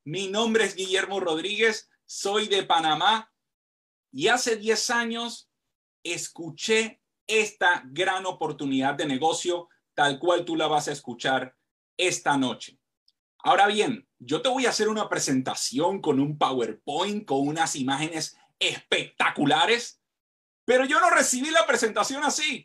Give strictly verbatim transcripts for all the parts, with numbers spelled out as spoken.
Mi nombre es Guillermo Rodríguez, soy de Panamá y hace diez años escuché esta gran oportunidad de negocio tal cual tú la vas a escuchar esta noche. Ahora bien, yo te voy a hacer una presentación con un PowerPoint, con unas imágenes espectaculares, pero yo no recibí la presentación así.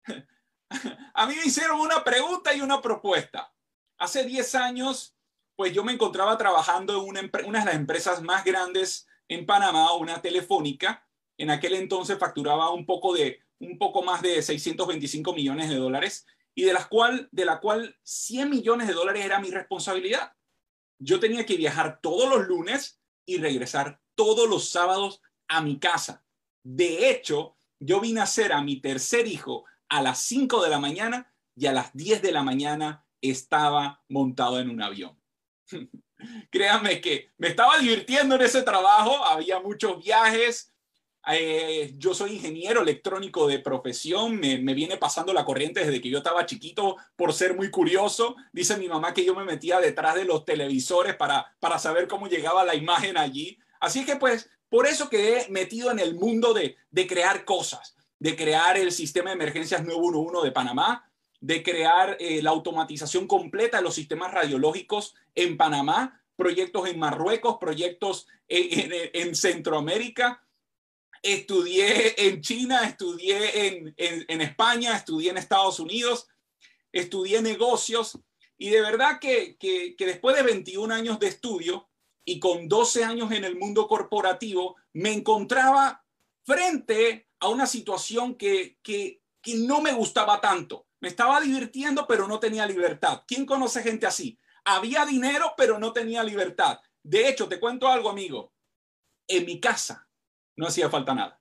A mí me hicieron una pregunta y una propuesta. Hace diez años, pues yo me encontraba trabajando en una, una de las empresas más grandes en Panamá, una telefónica. En aquel entonces facturaba un poco, de, un poco más de seiscientos veinticinco millones de dólares y de, las cual, de la cual cien millones de dólares era mi responsabilidad. Yo tenía que viajar todos los lunes y regresar todos los sábados a mi casa. De hecho, yo vine a hacer a mi tercer hijo a las cinco de la mañana y a las diez de la mañana estaba montado en un avión. Créanme que me estaba divirtiendo en ese trabajo, había muchos viajes. Eh, yo soy ingeniero electrónico de profesión, me, me viene pasando la corriente desde que yo estaba chiquito por ser muy curioso. Dice mi mamá que yo me metía detrás de los televisores para, para saber cómo llegaba la imagen allí. Así que pues por eso quedé metido en el mundo de, de crear cosas, de crear el sistema de emergencias nueve uno uno de Panamá, de crear eh, la automatización completa de los sistemas radiológicos en Panamá, proyectos en Marruecos, proyectos en, en, en Centroamérica. Estudié en China, estudié en, en, en España, estudié en Estados Unidos, estudié negocios y de verdad que, que, que después de veintiún años de estudio y con doce años en el mundo corporativo, me encontraba frente a una situación que, que, que no me gustaba tanto. Me estaba divirtiendo, pero no tenía libertad. ¿Quién conoce gente así? Había dinero, pero no tenía libertad. De hecho, te cuento algo, amigo. En mi casa no hacía falta nada.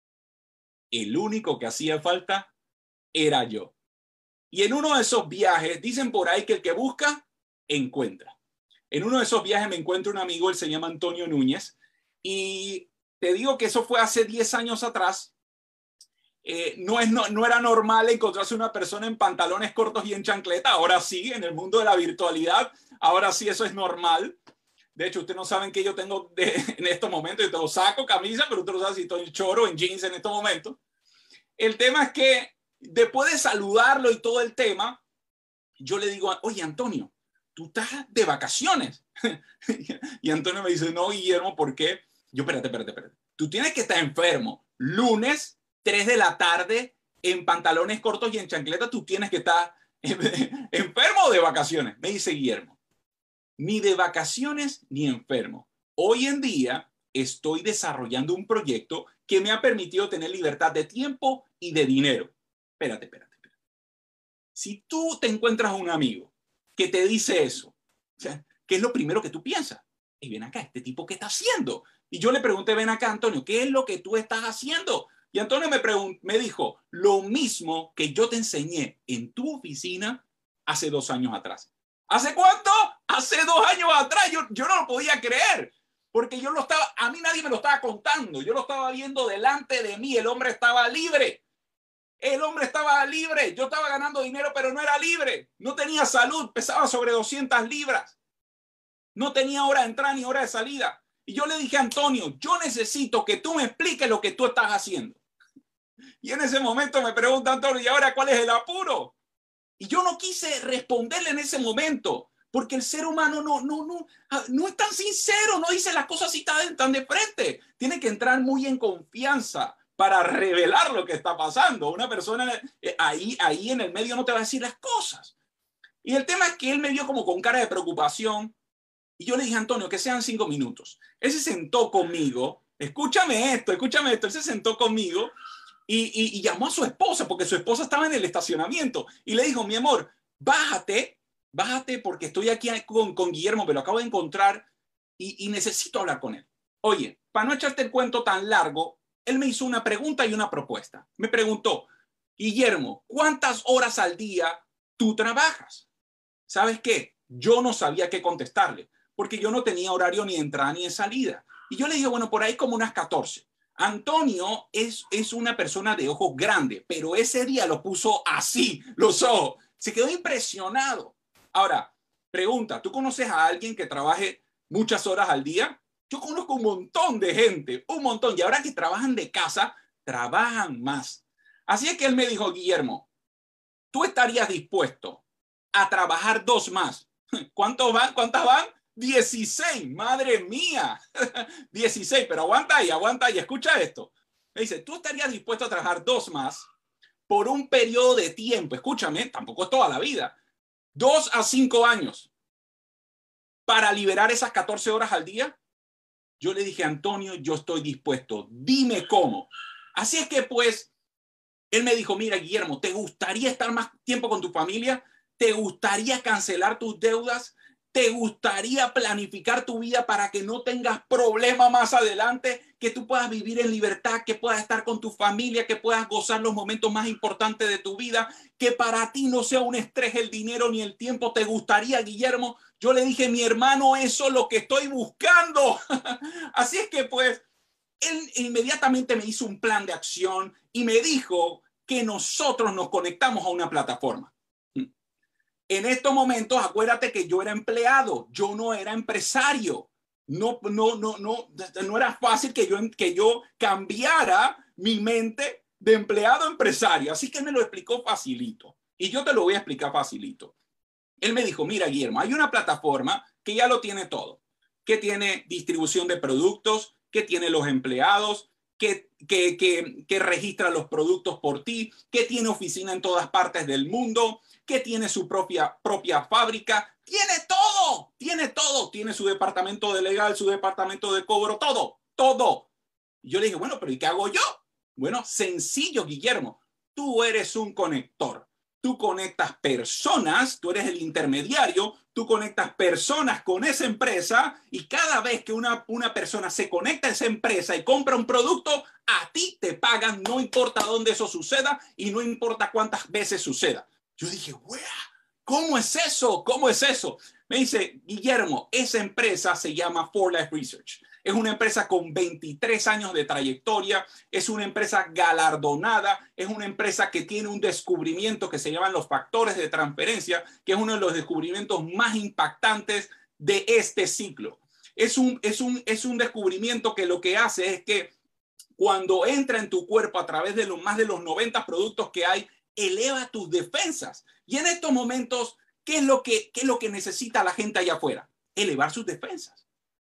El único que hacía falta era yo. Y en uno de esos viajes, dicen por ahí que el que busca, encuentra. En uno de esos viajes me encuentro un amigo, él se llama Antonio Núñez, y te digo que eso fue hace diez años atrás. Eh, no, es, no, no era normal encontrarse una persona en pantalones cortos y en chancleta. Ahora sí, en el mundo de la virtualidad, ahora sí eso es normal. De hecho, ustedes no saben que yo tengo de, en estos momentos, yo tengo saco, camisa, pero ustedes no saben si estoy en choro, en jeans en estos momentos. El tema es que después de saludarlo y todo el tema, yo le digo, oye, Antonio, tú estás de vacaciones. Y Antonio me dice, no, Guillermo, ¿por qué? Yo, espérate, espérate, espérate. Tú tienes que estar enfermo. Lunes, tres de la tarde, en pantalones cortos y en chancleta, tú tienes que estar enfermo o de vacaciones. Me dice Guillermo. Ni de vacaciones ni enfermo. Hoy en día estoy desarrollando un proyecto que me ha permitido tener libertad de tiempo y de dinero. Espérate, espérate, espérate. Si tú te encuentras un amigo que te dice eso, o sea, ¿qué es lo primero que tú piensas? Y ven acá, ¿este tipo qué está haciendo? Y yo le pregunté, ven acá, Antonio, ¿qué es lo que tú estás haciendo? Y Antonio me, me dijo, lo mismo que yo te enseñé en tu oficina hace dos años atrás. ¿Hace cuánto? Hace dos años atrás. Yo, yo no lo podía creer, porque yo lo estaba, a mí nadie me lo estaba contando. Yo lo estaba viendo delante de mí. El hombre estaba libre. El hombre estaba libre. Yo estaba ganando dinero, pero no era libre. No tenía salud. Pesaba sobre doscientas libras. No tenía hora de entrada ni hora de salida. Y yo le dije a Antonio, yo necesito que tú me expliques lo que tú estás haciendo. Y en ese momento me pregunta Antonio, ¿y ahora cuál es el apuro? Y yo no quise responderle en ese momento, porque el ser humano no, no, no, no es tan sincero, no dice las cosas así tan, tan de frente. Tiene que entrar muy en confianza para revelar lo que está pasando. Una persona ahí, ahí en el medio no te va a decir las cosas. Y el tema es que él me vio como con cara de preocupación. Y yo le dije a Antonio que sean cinco minutos. Él se sentó conmigo. Escúchame esto, escúchame esto. Él se sentó conmigo. Y, y, y llamó a su esposa, porque su esposa estaba en el estacionamiento, y le dijo, mi amor, bájate, bájate porque estoy aquí con, con Guillermo, me lo acabo de encontrar y, y necesito hablar con él. Oye, para no echarte el cuento tan largo, él me hizo una pregunta y una propuesta. Me preguntó, Guillermo, ¿cuántas horas al día tú trabajas? ¿Sabes qué? Yo no sabía qué contestarle, porque yo no tenía horario ni de entrada ni de salida. Y yo le dije, bueno, por ahí como unas catorce. Antonio es, es una persona de ojos grandes, pero ese día lo puso así, los ojos. Se quedó impresionado. Ahora, pregunta, ¿tú conoces a alguien que trabaje muchas horas al día. Yo conozco un montón de gente, un montón, y ahora que trabajan de casa, trabajan más. Así es que él me dijo, Guillermo, ¿tú estarías dispuesto a trabajar dos más? ¿Cuántos van? ¿Cuántas van? dieciséis, madre mía. dieciséis, pero aguanta ahí, aguanta ahí, escucha esto. Me dice, ¿tú estarías dispuesto a trabajar dos más por un periodo de tiempo? Escúchame, tampoco es toda la vida. Dos a cinco años para liberar esas catorce horas al día. Yo le dije, Antonio, yo estoy dispuesto. Dime cómo. Así es que pues, él me dijo, mira, Guillermo, ¿te gustaría estar más tiempo con tu familia? ¿Te gustaría cancelar tus deudas? ¿Te gustaría planificar tu vida para que no tengas problema más adelante? Que tú puedas vivir en libertad, que puedas estar con tu familia, que puedas gozar los momentos más importantes de tu vida, que para ti no sea un estrés el dinero ni el tiempo. ¿Te gustaría, Guillermo? Yo le dije, mi hermano, eso es lo que estoy buscando. Así es que pues, él inmediatamente me hizo un plan de acción y me dijo que nosotros nos conectamos a una plataforma. En estos momentos, acuérdate que yo era empleado, yo no era empresario. No, no, no, no, no era fácil que yo, que yo cambiara mi mente de empleado a empresario. Así que él me lo explicó facilito. Y yo te lo voy a explicar facilito. Él me dijo, mira, Guillermo, hay una plataforma que ya lo tiene todo, que tiene distribución de productos, que tiene los empleados, que, que, que, que registra los productos por ti, que tiene oficina en todas partes del mundo, que tiene su propia, propia fábrica, tiene todo, tiene todo, tiene su departamento de legal, su departamento de cobro, todo, todo. Y yo le dije, bueno, pero ¿y qué hago yo? Bueno, sencillo, Guillermo, tú eres un conector. Tú conectas personas, tú eres el intermediario, tú conectas personas con esa empresa y cada vez que una, una persona se conecta a esa empresa y compra un producto, a ti te pagan, no importa dónde eso suceda y no importa cuántas veces suceda. Yo dije, ¡guau! ¿Cómo es eso? ¿Cómo es eso? Me dice, Guillermo, esa empresa se llama four life Research. Es una empresa con veintitrés años de trayectoria, es una empresa galardonada, es una empresa que tiene un descubrimiento que se llaman los factores de transferencia, que es uno de los descubrimientos más impactantes de este ciclo. Es un, es un, es un descubrimiento que lo que hace es que cuando entra en tu cuerpo a través de los más de los noventa productos que hay, eleva tus defensas. Y en estos momentos, ¿qué es lo que, qué es lo que necesita la gente allá afuera? Elevar sus defensas.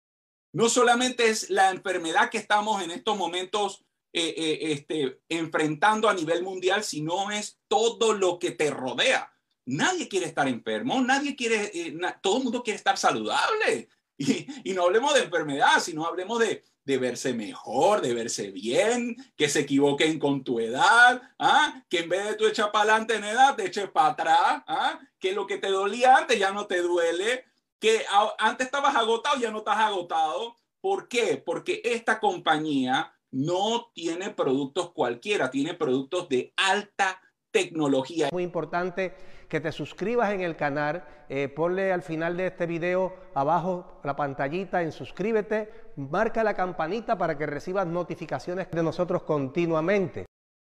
No solamente es la enfermedad que estamos en estos momentos eh, eh, este, enfrentando a nivel mundial, sino es todo lo que te rodea. Nadie quiere estar enfermo, nadie quiere, eh, na, todo el mundo quiere estar saludable. Y, y no hablemos de enfermedad, sino hablemos de, de verse mejor, de verse bien, que se equivoquen con tu edad, ¿ah? Que en vez de tú echar para adelante en edad, te eches para atrás, ¿ah? Que lo que te dolía antes ya no te duele, que antes estabas agotado, ya no estás agotado. ¿Por qué? Porque esta compañía no tiene productos cualquiera, tiene productos de alta tecnología. Muy importante que te suscribas en el canal, eh, ponle al final de este video abajo la pantallita en suscríbete, marca la campanita para que recibas notificaciones de nosotros continuamente.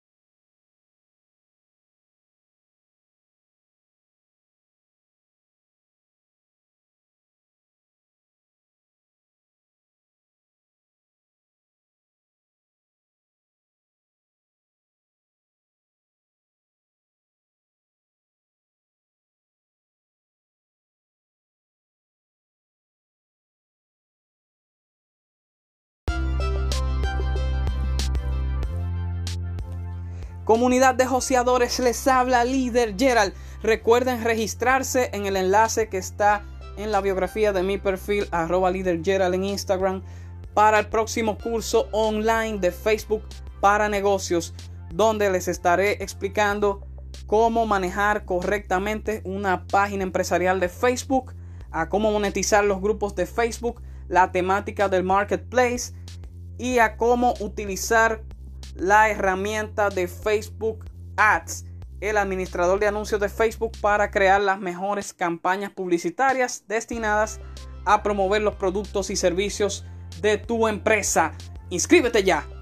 Comunidad de joseadores, les habla Líder Gerald. Recuerden registrarse en el enlace que está en la biografía de mi perfil, arroba Líder Gerald en Instagram, para el próximo curso online de Facebook para negocios, donde les estaré explicando cómo manejar correctamente una página empresarial de Facebook, a cómo monetizar los grupos de Facebook, la temática del marketplace y a cómo utilizar la herramienta de Facebook Ads, el administrador de anuncios de Facebook, para crear las mejores campañas publicitarias destinadas a promover los productos y servicios de tu empresa. ¡Inscríbete ya!